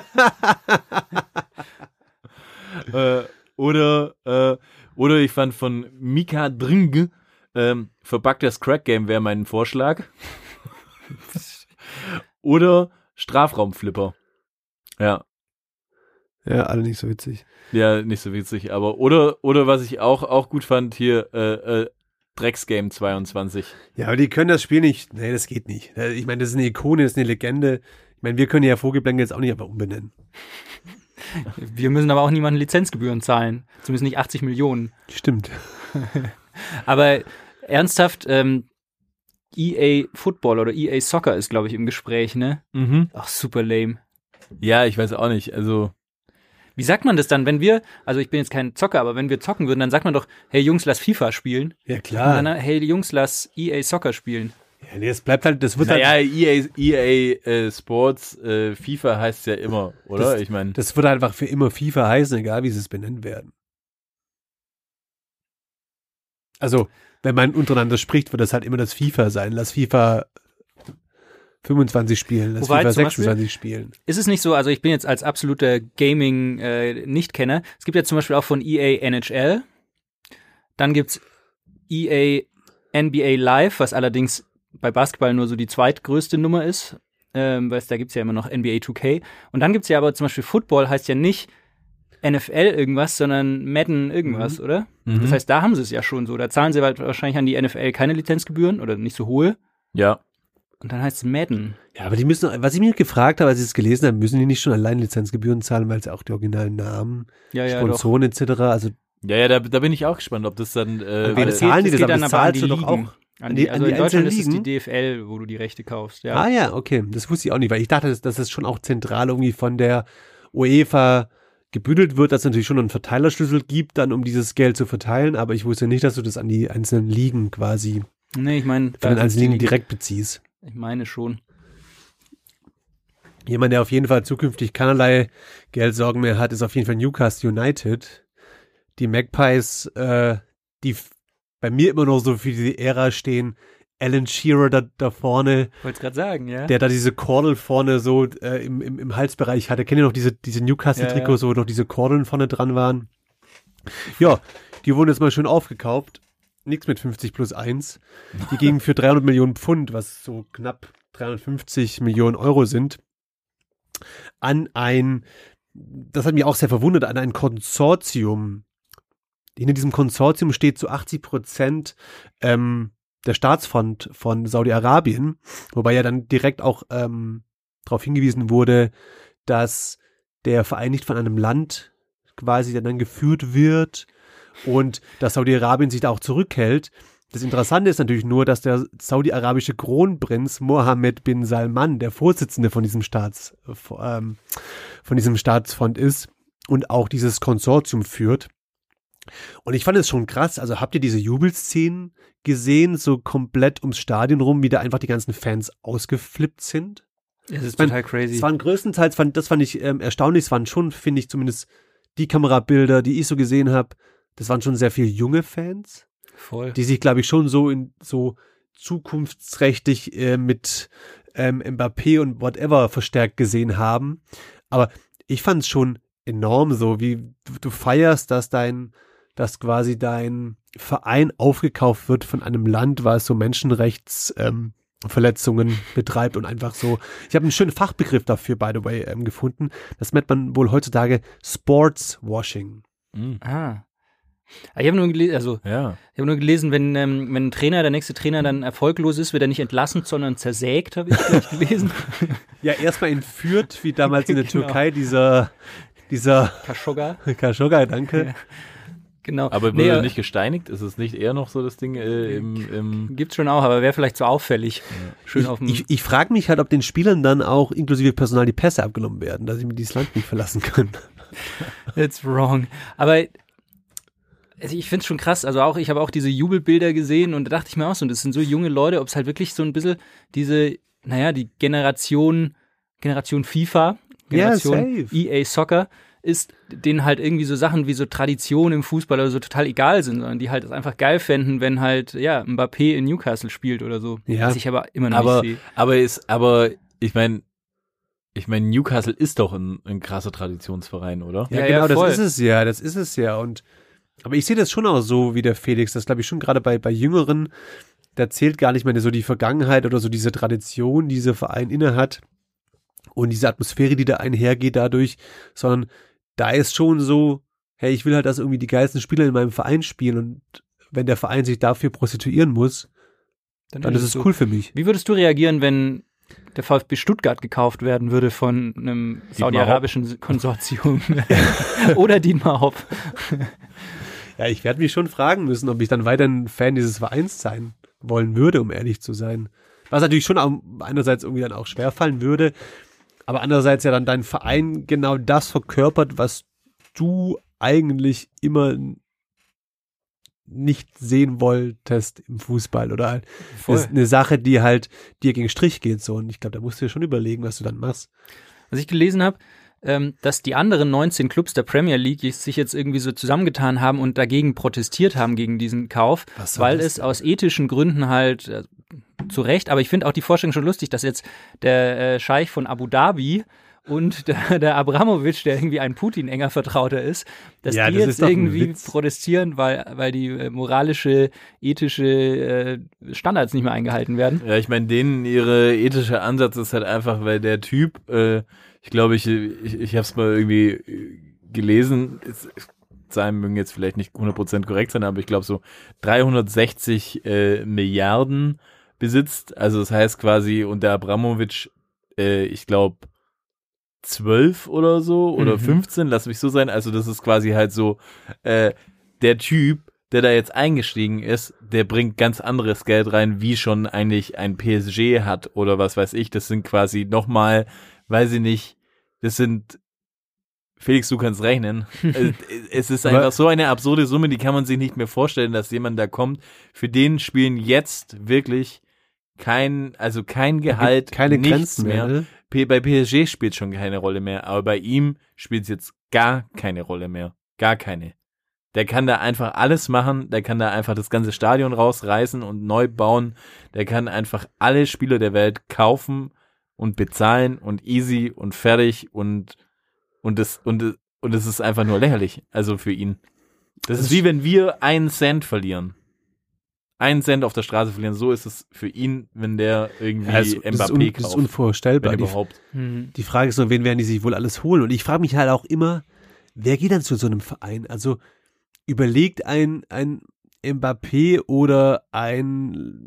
äh, oder, äh, oder ich fand von Mika Dringe, ähm, verpacktes Crack Game wäre mein Vorschlag. Oder Strafraumflipper. Ja. Ja, alle nicht so witzig. Ja, nicht so witzig, aber oder oder was ich auch auch gut fand hier äh, äh, Drecksgame zweiundzwanzig. Ja, aber die können das Spiel nicht. Nee, das geht nicht. Ich meine, das ist eine Ikone, das ist eine Legende. Ich meine, wir können ja Vogelblänke jetzt auch nicht einfach umbenennen. Wir müssen aber auch niemanden Lizenzgebühren zahlen. Zumindest nicht achtzig Millionen. Stimmt. Aber ernsthaft, ähm, E A Football oder E A Soccer ist, glaube ich, im Gespräch, ne? Mhm. Ach, super lame. Ja, ich weiß auch nicht. Also Wie sagt man das dann, wenn wir, also ich bin jetzt kein Zocker, aber wenn wir zocken würden, dann sagt man doch, hey Jungs, lass FIFA spielen. Ja, Und klar. dann, hey Jungs, lass E A Soccer spielen. Ja, nee, das bleibt halt, das wird naja, halt, E A, E A äh, Sports, äh, FIFA heißt ja immer, oder? Das- ich meine, das wird einfach für immer FIFA heißen, egal wie sie es benennen werden. Also, wenn man untereinander spricht, wird das halt immer das FIFA sein. Lass FIFA fünfundzwanzig spielen, lass Wobei FIFA zum Beispiel- sechsundzwanzig spielen. Ist es nicht so, also ich bin jetzt als absoluter Gaming-Nicht-Kenner, es gibt ja zum Beispiel auch von E A N H L, dann gibt's E A N B A Live, was allerdings bei Basketball nur so die zweitgrößte Nummer ist, ähm, weil es- da gibt's ja immer noch N B A zwei K. Und dann gibt's ja aber zum Beispiel Football, heißt ja nicht N F L irgendwas, sondern Madden irgendwas, oder? Mhm. Das heißt, da haben sie es ja schon so. Da zahlen sie halt wahrscheinlich an die N F L keine Lizenzgebühren oder nicht so hohe. ja. Und dann heißt es Madden. Ja, aber die müssen, was ich mir gefragt habe, als ich es gelesen habe, müssen die nicht schon allein Lizenzgebühren zahlen, weil sie auch die originalen Namen, Ja, ja, doch. Sponsoren et cetera. Also Ja, ja, da, da bin ich auch gespannt, ob das dann äh, wen äh, zahlen die es das? geht Aber dann das aber an zahlst die du doch Ligen. auch. An An die, die- also an die in Deutschland einzelnen ist es die Ligen? D F L, wo du die Rechte kaufst. Ja. Ah ja, okay, das wusste ich auch nicht, weil ich dachte, dass, dass es schon auch zentral irgendwie von der UEFA gebündelt wird, dass es natürlich schon einen Verteilerschlüssel gibt, dann um dieses Geld zu verteilen, aber ich wusste nicht, dass du das an die einzelnen Ligen quasi, Nee, ich meine, von den einzelnen Ligen direkt beziehst. Ich meine schon. Jemand, der auf jeden Fall zukünftig keinerlei Geldsorgen mehr hat, ist auf jeden Fall Newcastle United. Die Magpies, äh, die f- bei mir immer noch so für die Ära stehen. Alan Shearer da, da vorne, Wollte es gerade sagen, ja. der da diese Kordel vorne so äh, im, im, im Halsbereich hatte. Kennt ihr noch diese, diese Newcastle-Trikots, Ja, wo noch diese Kordeln vorne dran waren? Ja, die wurden jetzt mal schön aufgekauft. Nix mit fünfzig plus eins. Die gingen für dreihundert Millionen Pfund, was so knapp dreihundertfünfzig Millionen Euro sind, an ein, das hat mich auch sehr verwundert, an ein Konsortium. Hinter diesem Konsortium steht zu achtzig Prozent ähm, der Staatsfonds von Saudi-Arabien, wobei ja dann direkt auch ähm, darauf hingewiesen wurde, dass der Verein nicht von einem Land quasi dann geführt wird und dass Saudi-Arabien sich da auch zurückhält. Das Interessante ist natürlich nur, dass der saudi-arabische Kronprinz Mohammed bin Salman der Vorsitzende von diesem Staats, ähm, von diesem Staatsfonds ist und auch dieses Konsortium führt. Und ich fand es schon krass, also habt ihr diese Jubelszenen gesehen, so komplett ums Stadion rum, wie da einfach die ganzen Fans ausgeflippt sind? Das ist Ich mein, total crazy. Es waren größtenteils, fand, das fand ich ähm, erstaunlich, es waren schon, finde ich zumindest, die Kamerabilder, die ich so gesehen habe, das waren schon sehr viele junge Fans, Voll. die sich, glaube ich, schon so in so zukunftsträchtig äh, mit ähm, Mbappé und whatever verstärkt gesehen haben. Aber ich fand es schon enorm so, wie du, du feierst, dass dein, dass quasi dein Verein aufgekauft wird von einem Land, was so Menschenrechts ähm, Verletzungen betreibt und einfach so. Ich habe einen schönen Fachbegriff dafür, by the way, ähm, gefunden. Das nennt man wohl heutzutage Sportswashing. Mhm. Ah. Ah, Ich habe nur gelesen, also Ja. ich habe nur gelesen, wenn, ähm, wenn ein Trainer, der nächste Trainer dann erfolglos ist, wird er nicht entlassen, sondern zersägt, habe ich gleich gelesen. Ja, erstmal entführt, wie damals in der Genau. Türkei, dieser, dieser Khashoggi. Khashoggi, danke. Genau. Aber wurde Nee, er nicht gesteinigt? Ist es nicht eher noch so das Ding äh, im, im Gibt's schon auch, aber wäre vielleicht so auffällig. Schön Ich, auf dem. ich, ich frage mich halt, ob den Spielern dann auch inklusive Personal die Pässe abgenommen werden, dass sie mit dieses Land nicht verlassen können. It's wrong. Aber also ich finde es schon krass, also auch, ich habe auch diese Jubelbilder gesehen und da dachte ich mir auch so, das sind so junge Leute, ob es halt wirklich so ein bisschen diese, naja, die Generation, Generation FIFA, Generation Ja, safe. E A Soccer ist, denen halt irgendwie so Sachen wie so Tradition im Fußball oder so total egal sind, sondern die halt es einfach geil fänden, wenn halt, ja, Mbappé in Newcastle spielt oder so. Ja. Was ich aber immer noch Aber, nicht sehe. aber ist, aber ich meine, ich meine, Newcastle ist doch ein, ein krasser Traditionsverein, oder? Ja, Ja, genau, ja, voll. das ist es ja, das ist es ja. Und aber ich sehe das schon auch so wie der Felix, das glaube ich schon gerade bei, bei Jüngeren, da zählt gar nicht mehr so die Vergangenheit oder so diese Tradition, die dieser Verein innehat und diese Atmosphäre, die da einhergeht dadurch, sondern da ist schon so, hey, ich will halt, dass irgendwie die geilsten Spieler in meinem Verein spielen und wenn der Verein sich dafür prostituieren muss, dann ist es so. cool für mich. Wie würdest du reagieren, wenn der VfB Stuttgart gekauft werden würde von einem saudi-arabischen Konsortium? Oder Dietmar Hopp? Ja, ich werde mich schon fragen müssen, ob ich dann weiter ein Fan dieses Vereins sein wollen würde, um ehrlich zu sein. Was natürlich schon auch einerseits irgendwie dann auch schwerfallen würde, aber andererseits ja dann dein Verein genau das verkörpert, was du eigentlich immer nicht sehen wolltest im Fußball oder halt Voll. ist eine Sache, die halt dir gegen Strich geht so und ich glaube, da musst du dir schon überlegen, was du dann machst. Was ich gelesen habe, ähm, dass die anderen neunzehn Clubs der Premier League sich jetzt irgendwie so zusammengetan haben und dagegen protestiert haben gegen diesen Kauf, Was soll weil das es denn? aus ethischen Gründen halt äh, zu Recht, aber ich finde auch die Vorstellung schon lustig, dass jetzt der äh, Scheich von Abu Dhabi und der, der Abramowitsch, der irgendwie ein Putin-enger Vertrauter ist, dass Ja, die das jetzt ist doch ein irgendwie Witz. protestieren, weil, weil die äh, moralische, ethische äh, Standards nicht mehr eingehalten werden. Ja, ich meine, denen ihre ethische Ansatz ist halt einfach, weil der Typ, äh, ich glaube, ich, ich, ich habe es mal irgendwie äh, gelesen, ist, Zahlen mögen jetzt vielleicht nicht hundert Prozent korrekt sein, aber ich glaube so dreihundertsechzig äh, Milliarden besitzt. Also das heißt quasi, und der Abramowitsch, äh, ich glaube, zwölf oder so oder Mhm. fünfzehn, lass mich so sein. Also das ist quasi halt so, äh, der Typ, der da jetzt eingestiegen ist, der bringt ganz anderes Geld rein, wie schon eigentlich ein P S G hat oder was weiß ich. Das sind quasi nochmal, weiß ich nicht, das sind, Felix, du kannst rechnen. es, es ist Aber- einfach so eine absurde Summe, die kann man sich nicht mehr vorstellen, dass jemand da kommt. Für den spielen jetzt wirklich kein, also kein Gehalt, Keine nichts Grenzen mehr. mehr. Ne? P- Bei P S G spielt schon keine Rolle mehr, aber bei ihm spielt es jetzt gar keine Rolle mehr. Gar keine. Der kann da einfach alles machen, der kann da einfach das ganze Stadion rausreißen und neu bauen. Der kann einfach alle Spieler der Welt kaufen und bezahlen und easy und fertig und und das und und es ist einfach nur lächerlich, also für ihn. Das ist wie wenn wir einen Cent verlieren. Einen Cent auf der Straße verlieren, so ist es für ihn, wenn der irgendwie Ja, das, das, ist un, Mbappé das ist kauft. unvorstellbar. Wenn Die, überhaupt. Mhm. die Frage ist nur, wen werden die sich wohl alles holen? Und ich frage mich halt auch immer, wer geht dann zu so einem Verein? Also überlegt ein, ein Mbappé oder ein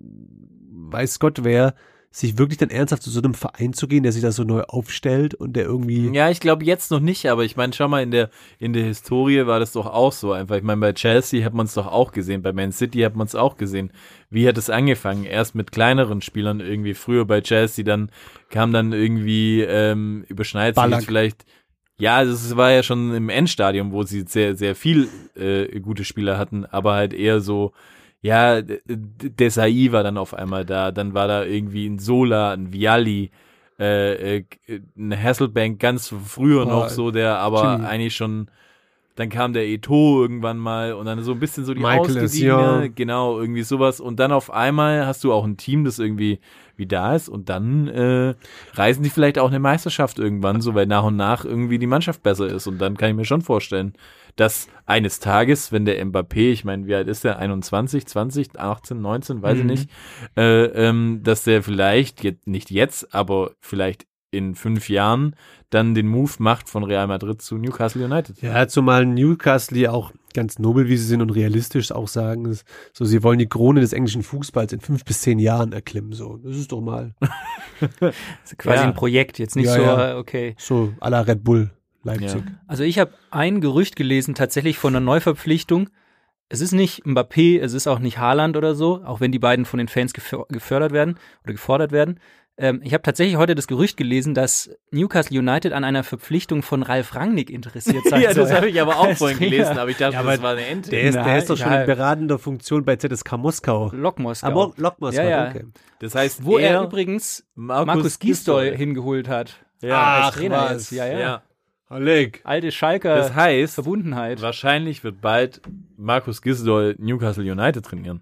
weiß Gott wer, sich wirklich dann ernsthaft zu so einem Verein zu gehen, der sich da so neu aufstellt und der irgendwie... Ja, ich glaube jetzt noch nicht, aber ich meine, schau mal, in der in der Historie war das doch auch so einfach. Ich meine, bei Chelsea hat man es doch auch gesehen, bei Man City hat man es auch gesehen. Wie hat es angefangen? Erst mit kleineren Spielern irgendwie, früher bei Chelsea, dann kam dann irgendwie, ähm, überschneidet sich Ballack. jetzt vielleicht, ja, das war ja schon im Endstadium, wo sie sehr, sehr viel äh, gute Spieler hatten, aber halt eher so, ja, D- D- Desailly war dann auf einmal da, dann war da irgendwie ein Sola, ein Vialli, äh, äh, ein Hasselbank ganz früher Boah, noch so, der aber Jimmy. eigentlich schon, dann kam der Eto'o irgendwann mal und dann so ein bisschen so die Michael ausgediegene, Essien. genau, irgendwie sowas und dann auf einmal hast du auch ein Team, das irgendwie wie da ist und dann äh, reißen die vielleicht auch eine Meisterschaft irgendwann, so weil nach und nach irgendwie die Mannschaft besser ist und dann kann ich mir schon vorstellen, dass eines Tages, wenn der Mbappé, ich meine, wie alt ist der, einundzwanzig, zwanzig, achtzehn, neunzehn, weiß Mhm. ich nicht, äh, ähm, dass der vielleicht, jetzt, nicht jetzt, aber vielleicht in fünf Jahren dann den Move macht von Real Madrid zu Newcastle United. Ja, zumal Newcastle ja auch ganz nobel, wie sie sind und realistisch auch sagen, ist, so sie wollen die Krone des englischen Fußballs in fünf bis zehn Jahren erklimmen, so. Das ist doch mal Das ist quasi Ja. ein Projekt, jetzt nicht Ja, so, ja. äh, okay. so à la Red Bull Leipzig. Ja. Also ich habe ein Gerücht gelesen, tatsächlich von einer Neuverpflichtung. Es ist nicht Mbappé, es ist auch nicht Haaland oder so, auch wenn die beiden von den Fans geför- gefördert werden oder gefordert werden. Ähm, ich habe tatsächlich heute das Gerücht gelesen, dass Newcastle United an einer Verpflichtung von Ralf Rangnick interessiert sein Ja, soll. das habe ich aber auch Als vorhin Trainer. gelesen, aber ich dachte, Ja, aber das war eine Ente. Der ist, der Nein, ist doch schon ja. in beratender Funktion bei Z S K Moskau. Lok Moskau. Ah, Mo- Lok Moskau, Ja, ja. okay. Das heißt, Wo er, er übrigens Markus, Markus Gisdol Gisdol. hingeholt hat. Ja, als Trainer was. jetzt. Ja, ja. ja. Halleck. Alte Schalker Das heißt, Verbundenheit. wahrscheinlich wird bald Markus Gisdol Newcastle United trainieren.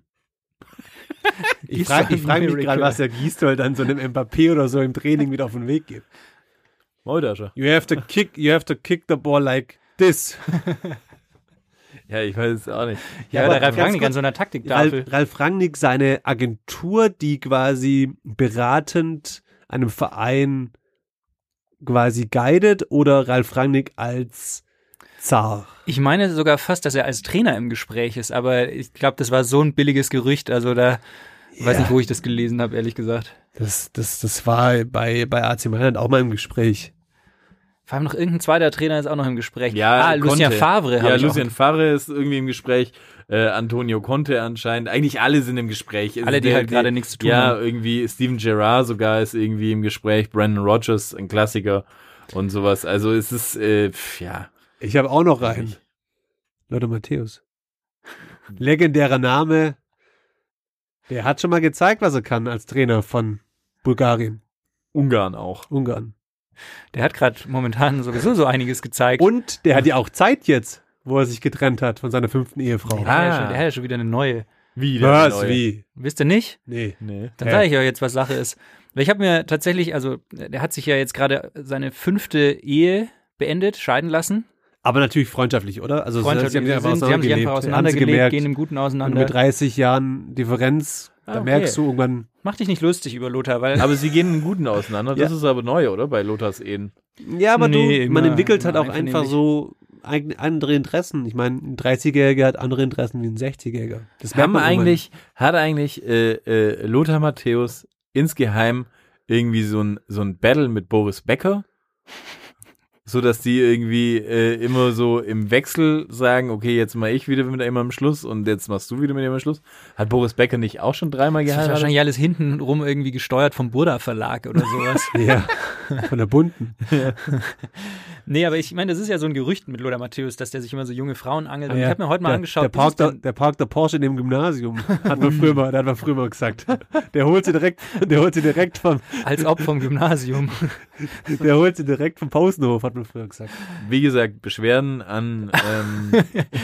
Ich frage ich frag mich Miracle. gerade, was der Gisdol dann so einem Mbappé oder so im Training wieder auf den Weg gibt. Maultasche. You have to kick, you have to kick the ball like this. Ja, ich weiß es auch nicht. Ja, aber der Ralf ganz Rangnick kurz, an so einer Taktiktafel. Ralf, Ralf Rangnick, seine Agentur, die quasi beratend einem Verein quasi guidet, oder Ralf Rangnick als Zar? Ich meine sogar fast, dass er als Trainer im Gespräch ist, aber ich glaube, das war so ein billiges Gerücht, also da ich weiß nicht, wo ich das gelesen habe, ehrlich gesagt. Das, das, das war bei, bei A C Mailand auch mal im Gespräch. Vor allem noch irgendein zweiter Trainer ist auch noch im Gespräch. Ja, ah, Lucien Conte. Favre. hab Ja, ich Lucien auch. Favre ist irgendwie im Gespräch. Äh, Antonio Conte anscheinend. Eigentlich alle sind im Gespräch. Alle, die Der- halt gerade nichts zu tun Ja, haben. irgendwie Steven Gerrard sogar ist irgendwie im Gespräch. Brandon Rodgers, ein Klassiker und sowas. Also es ist, äh, pf, ja. Ich habe auch noch einen. Lothar Matthäus. Legendärer Name. Der hat schon mal gezeigt, was er kann als Trainer von Bulgarien, Ungarn auch. Ungarn. Der hat gerade momentan sowieso so einiges gezeigt. Und der hat ja auch Zeit jetzt, wo er sich getrennt hat von seiner fünften Ehefrau. der, hat ja Ah. schon, der hat ja schon wieder eine neue. Wieder. Was? Neue. Wie? Wisst ihr nicht? Nee. Nee. Dann Hä? sage ich euch jetzt, was Sache ist. Weil ich habe mir tatsächlich, also der hat sich ja jetzt gerade seine fünfte Ehe beendet, scheiden lassen. Aber natürlich freundschaftlich, oder? Also Freundschaftlich, sie haben sie, einfach sind, sie haben sich einfach auseinandergelebt. Haben sie auseinandergelebt, gemerkt, gehen im Guten und auseinander. mit dreißig Jahren Differenz, Ah, da okay. merkst du irgendwann, Mach dich nicht lustig über Lothar, weil Aber sie gehen im Guten auseinander. Das Ja. ist aber neu, oder? Bei Lothars Ehen. ja, aber Nee, du, man immer- entwickelt halt immer auch einfach einvernehmlich. so eig- andere Interessen. Ich meine, ein dreißigjähriger hat andere Interessen wie ein sechzigjähriger. Das merkt Haben man irgendwann. eigentlich, hat eigentlich äh, äh, Lothar Matthäus insgeheim irgendwie so ein, so ein Battle mit Boris Becker? So dass die irgendwie äh, immer so im Wechsel sagen, okay, jetzt mal ich wieder mit jemandem Schluss und jetzt machst du wieder mit jemandem Schluss. Hat Boris Becker nicht auch schon dreimal das ist geheiratet? wahrscheinlich alles hintenrum irgendwie gesteuert vom Burda Verlag oder sowas. Ja, von der bunten. Nee, aber ich meine, das ist ja so ein Gerücht mit Lothar Matthäus, dass der sich immer so junge Frauen angelt. Und Ja, ich habe mir heute mal der, angeschaut, Der wie ist parkt, der, denn- der parkt der Porsche in dem Gymnasium, hat man früher mal, der hat man früher mal gesagt. Der holt sie direkt, der holt sie direkt vom, als ob vom Gymnasium. der holt sie direkt vom Pausenhof, hat man früher gesagt. Wie gesagt, Beschwerden an ähm,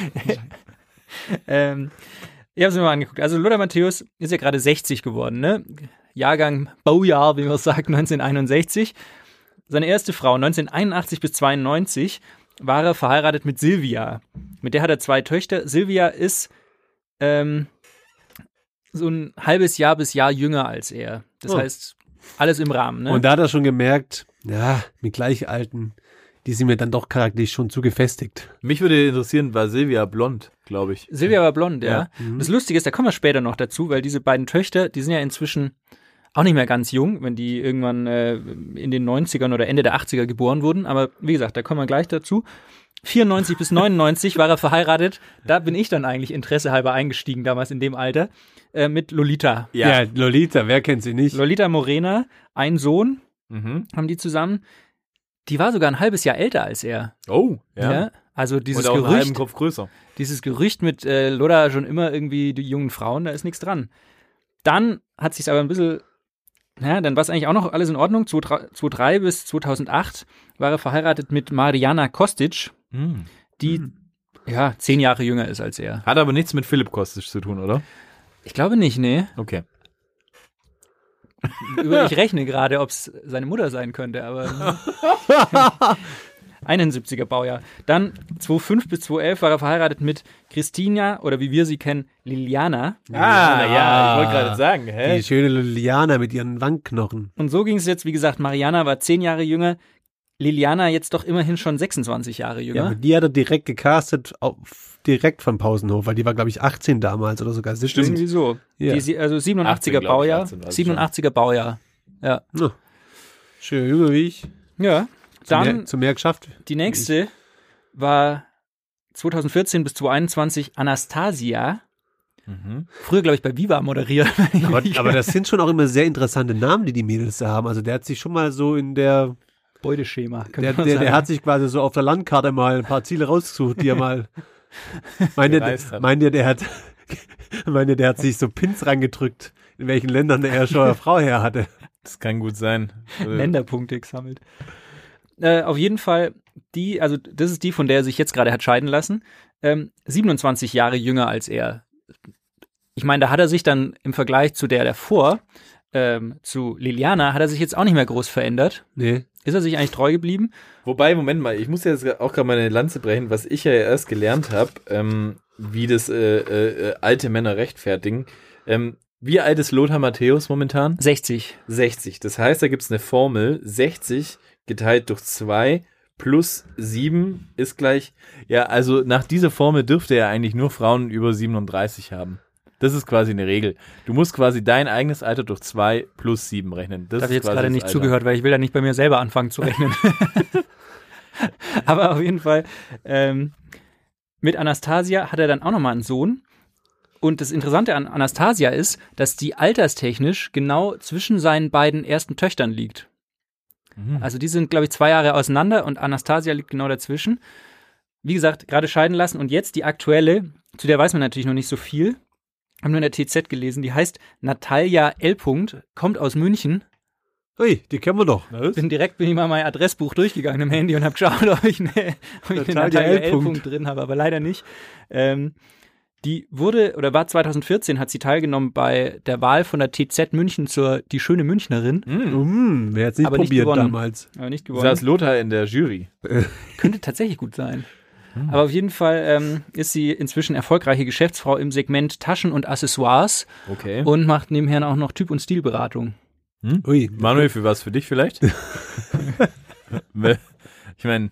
ähm, ich habe es mir mal angeguckt. Also Lothar Matthäus ist ja gerade sechzig geworden, ne? Jahrgang, Baujahr, wie man sagt, neunzehnhunderteinundsechzig. Seine erste Frau, neunzehnhunderteinundachtzig bis zweiundneunzig, war er verheiratet mit Silvia. Mit der hat er zwei Töchter. Silvia ist ähm, so ein halbes Jahr bis Jahr jünger als er. Das Oh. heißt, alles im Rahmen, ne? Und da hat er schon gemerkt, ja, mit Gleichalten, die sind mir dann doch charakterlich schon zu gefestigt. mich würde interessieren, war Silvia blond, glaube ich. Silvia war blond, ja. Ja. Das Lustige ist, da kommen wir später noch dazu, weil diese beiden Töchter, die sind ja inzwischen auch nicht mehr ganz jung, wenn die irgendwann äh, in den neunzigern oder Ende der achtziger geboren wurden. Aber wie gesagt, da kommen wir gleich dazu. vierundneunzig bis neunundneunzig war er verheiratet. Da bin ich dann eigentlich interessehalber eingestiegen, damals in dem Alter, äh, mit Lolita. Ja. Lolita, wer kennt sie nicht? Lolita Morena, ein Sohn Mhm. haben die zusammen. Die war sogar ein halbes Jahr älter als er. Oh, ja. Ja. Also dieses und auch einen halben Gerücht, Kopf größer. dieses Gerücht mit äh, Lothar schon immer irgendwie die jungen Frauen, da ist nichts dran. Dann hat sich's aber ein bisschen, ja, dann war es eigentlich auch noch alles in Ordnung. zweitausenddrei bis zweitausendacht war er verheiratet mit Mariana Kostic, Mhm. die ja zehn Jahre jünger ist als er. Hat aber nichts mit Philipp Kostic zu tun, oder? Ich glaube nicht, nee. Okay. Über ich rechne gerade, ob es seine Mutter sein könnte, aber einundsiebziger Baujahr. Dann zweitausendfünf bis zweitausendelf war er verheiratet mit Christina, oder wie wir sie kennen, Liliana. Ah, ja, ich wollte gerade sagen, hä? Die schöne Liliana mit ihren Wangenknochen. Und so ging es jetzt, wie gesagt, Mariana war zehn Jahre jünger, Liliana jetzt doch immerhin schon sechsundzwanzig Jahre Ja, jünger. aber die hat er direkt gecastet, auf, direkt von Pausenhof, weil die war, glaube ich, achtzehn damals oder sogar siebzehn. Irgendwie so. Ja. Die, sie- also siebenundachtziger achtzehn, glaub ich, Baujahr. achtzehn war sie siebenundachtziger Baujahr. Ja. Ja. Schön jünger wie ich. Ja. Zu mehr, Dann zu mehr geschafft. die nächste war zweitausendvierzehn bis zweitausendeinundzwanzig Anastasia. Mhm. Früher, glaube ich, bei Viva moderiert. Aber, aber das sind schon auch immer sehr interessante Namen, die die Mädels da haben. Also der hat sich schon mal so in der, Beuteschema. könnte der, man der, der sagen. hat sich quasi so auf der Landkarte mal ein paar Ziele rausgesucht, die er mal, meint ihr, Gereist hat. meint ihr, der hat, meint ihr, der hat sich so Pins reingedrückt, in welchen Ländern er schon eine Frau her hatte. Das kann gut sein. Äh, Länderpunkte gesammelt. Äh, auf jeden Fall, die, also das ist die, von der er sich jetzt gerade hat scheiden lassen, ähm, siebenundzwanzig Jahre jünger als er. Ich meine, da hat er sich dann im Vergleich zu der davor, ähm, zu Liliana, hat er sich jetzt auch nicht mehr groß verändert. Nee. Ist er sich eigentlich treu geblieben? Wobei, Moment mal, ich muss jetzt auch gerade meine Lanze brechen, was ich ja erst gelernt habe, ähm, wie das äh, äh, alte Männer rechtfertigen. Ähm, wie alt ist Lothar Matthäus momentan? sechzig. sechzig. Das heißt, da gibt es eine Formel, sechzig geteilt durch zwei plus sieben ist gleich, ja, also nach dieser Formel dürfte er eigentlich nur Frauen über siebenunddreißig haben. Das ist quasi eine Regel. Du musst quasi dein eigenes Alter durch zwei plus sieben rechnen. Das Da habe ich ist jetzt quasi gerade das nicht Alter. zugehört, weil ich will da nicht bei mir selber anfangen zu rechnen. Aber auf jeden Fall, ähm, mit Anastasia hat er dann auch nochmal einen Sohn. Und das Interessante an Anastasia ist, dass die alterstechnisch genau zwischen seinen beiden ersten Töchtern liegt. Mhm. Also die sind, glaube ich, zwei Jahre auseinander und Anastasia liegt genau dazwischen. Wie gesagt, gerade scheiden lassen. Und jetzt die aktuelle, zu der weiß man natürlich noch nicht so viel. Haben nur in der T Z gelesen, die heißt Natalia L. kommt aus München. Ui, die kennen wir doch. Bin direkt bin ich mal mein Adressbuch durchgegangen im Handy und habe geschaut, ob ich eine, ob ich eine Natalia Natalia L. L. drin habe, aber leider nicht. Ähm, die wurde oder war zwanzig vierzehn, hat sie teilgenommen bei der Wahl von der T Z München zur Die schöne Münchnerin, Hm, wer hat's nicht Aber nicht probiert gewonnen. damals? aber nicht gewonnen. Saß Lothar in der Jury. Könnte tatsächlich gut sein. Aber auf jeden Fall ähm, ist sie inzwischen erfolgreiche Geschäftsfrau im Segment Taschen und Accessoires Okay. und macht nebenher auch noch Typ- und Stilberatung. Ui, Manuel, für was? Für dich vielleicht? Ich meine,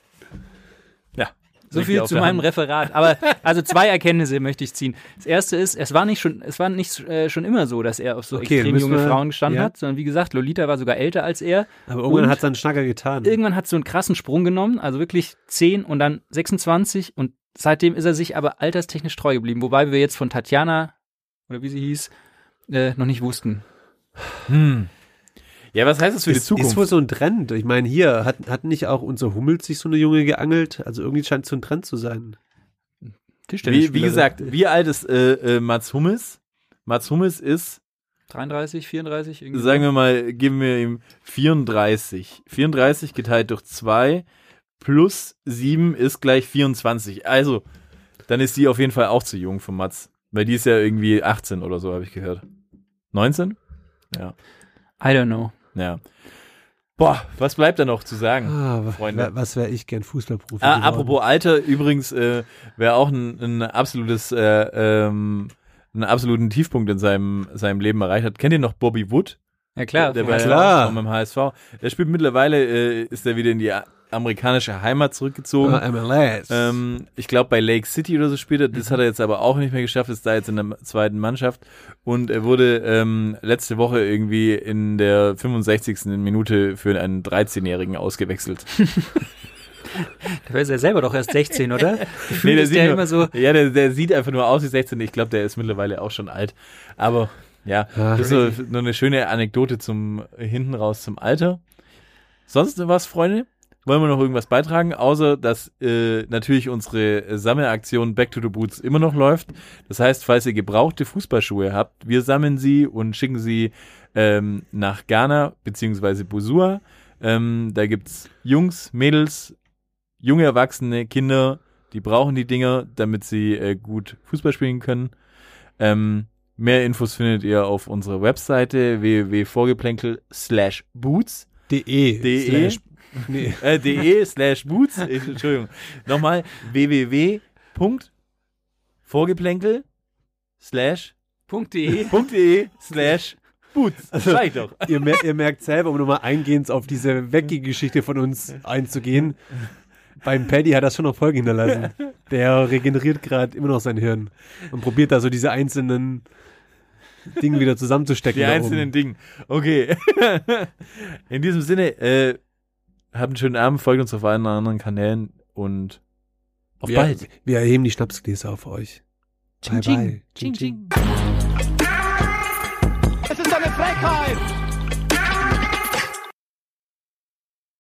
ja. So liegt viel ja auf zu der meinem Hand. Referat. Aber also zwei Erkenntnisse möchte ich ziehen. Das erste ist, es war nicht schon, es war nicht äh, schon immer so, dass er auf so Okay, extrem müssen junge wir- Frauen gestanden ja. hat, sondern wie gesagt, Lolita war sogar älter als er. aber irgendwann Und hat seinen Schnacker getan. Irgendwann hat so einen krassen Sprung genommen, also wirklich zehn und dann sechsundzwanzig und seitdem ist er sich aber alterstechnisch treu geblieben, wobei wir jetzt von Tatjana, oder wie sie hieß, äh, noch nicht wussten. Hm. Ja, was heißt das für die ist, Zukunft? ist wohl so ein Trend. Ich meine, hier hat, hat nicht auch unser Hummels sich so eine Junge geangelt. Also irgendwie scheint es so ein Trend zu sein. wie, wie gesagt, wie alt ist äh, äh, Mats Hummels? Mats Hummels ist, dreiunddreißig, vierunddreißig, irgendwie. sagen wir mal, geben wir ihm vierunddreißig. vierunddreißig geteilt durch zwei plus sieben ist gleich vierundzwanzig. Also, dann ist die auf jeden Fall auch zu jung von Mats. Weil die ist ja irgendwie achtzehn oder so, habe ich gehört. neunzehn? Ja. I don't know. Ja. Boah, was bleibt da noch zu sagen? Ah, Freunde. wa- was wäre ich gern Fußballprofi Ah, geworden. apropos Alter, übrigens äh, wäre auch ein, ein absolutes, äh, ähm, einen absoluten Tiefpunkt in seinem, seinem Leben erreicht hat. Kennt ihr noch Bobby Wood? Ja klar, der von war H S V. ja klar. auch beim H S V. Der spielt mittlerweile, äh, ist er wieder in die amerikanische Heimat zurückgezogen. Ah, M L S. Ähm, ich glaube, bei Lake City oder so spielt er. Das hat er jetzt aber auch nicht mehr geschafft. Ist da jetzt in der zweiten Mannschaft. Und er wurde ähm, letzte Woche irgendwie in der fünfundsechzigsten Minute für einen dreizehnjährigen ausgewechselt. Der ist ja selber doch erst sechzehn, oder? Gefühlt Nee, der ist sieht der nur, immer so, ja, der, der sieht einfach nur aus wie sechzehn. Ich glaube, der ist mittlerweile auch schon alt. Aber ja, Ah, das ist so nur eine schöne Anekdote zum hinten raus zum Alter. Sonst noch was, Freunde? Wollen wir noch irgendwas beitragen? Außer, dass äh, natürlich unsere Sammelaktion Back to the Boots immer noch läuft. Das heißt, falls ihr gebrauchte Fußballschuhe habt, wir sammeln sie und schicken sie ähm, nach Ghana beziehungsweise Bosua. Ähm, da gibt's Jungs, Mädels, junge Erwachsene, Kinder, die brauchen die Dinger, damit sie äh, gut Fußball spielen können. Ähm, mehr Infos findet ihr auf unserer Webseite w w w punkt vorgeplänkel slash boots. de. De. Slash, nee. Äh, de slash boots. Äh, Entschuldigung. Nochmal w w w punkt vorgeplänkel slash .de. .de slash boots. Also, Sag ich doch. ihr, mer ihr merkt selber, um nochmal eingehend auf diese Wecki-Geschichte von uns einzugehen, beim Paddy hat das schon noch Folgen hinterlassen. Der regeneriert gerade immer noch sein Hirn und probiert da so diese einzelnen Dinge wieder zusammenzustecken. Die da einzelnen oben. Dinge. Okay. In diesem Sinne, äh, habt einen schönen Abend, folgt uns auf allen anderen Kanälen und auf wir, bald. Wir erheben die Schnapsgläser auf euch. Bye bye. Ching, ching. Es ist eine Frechheit!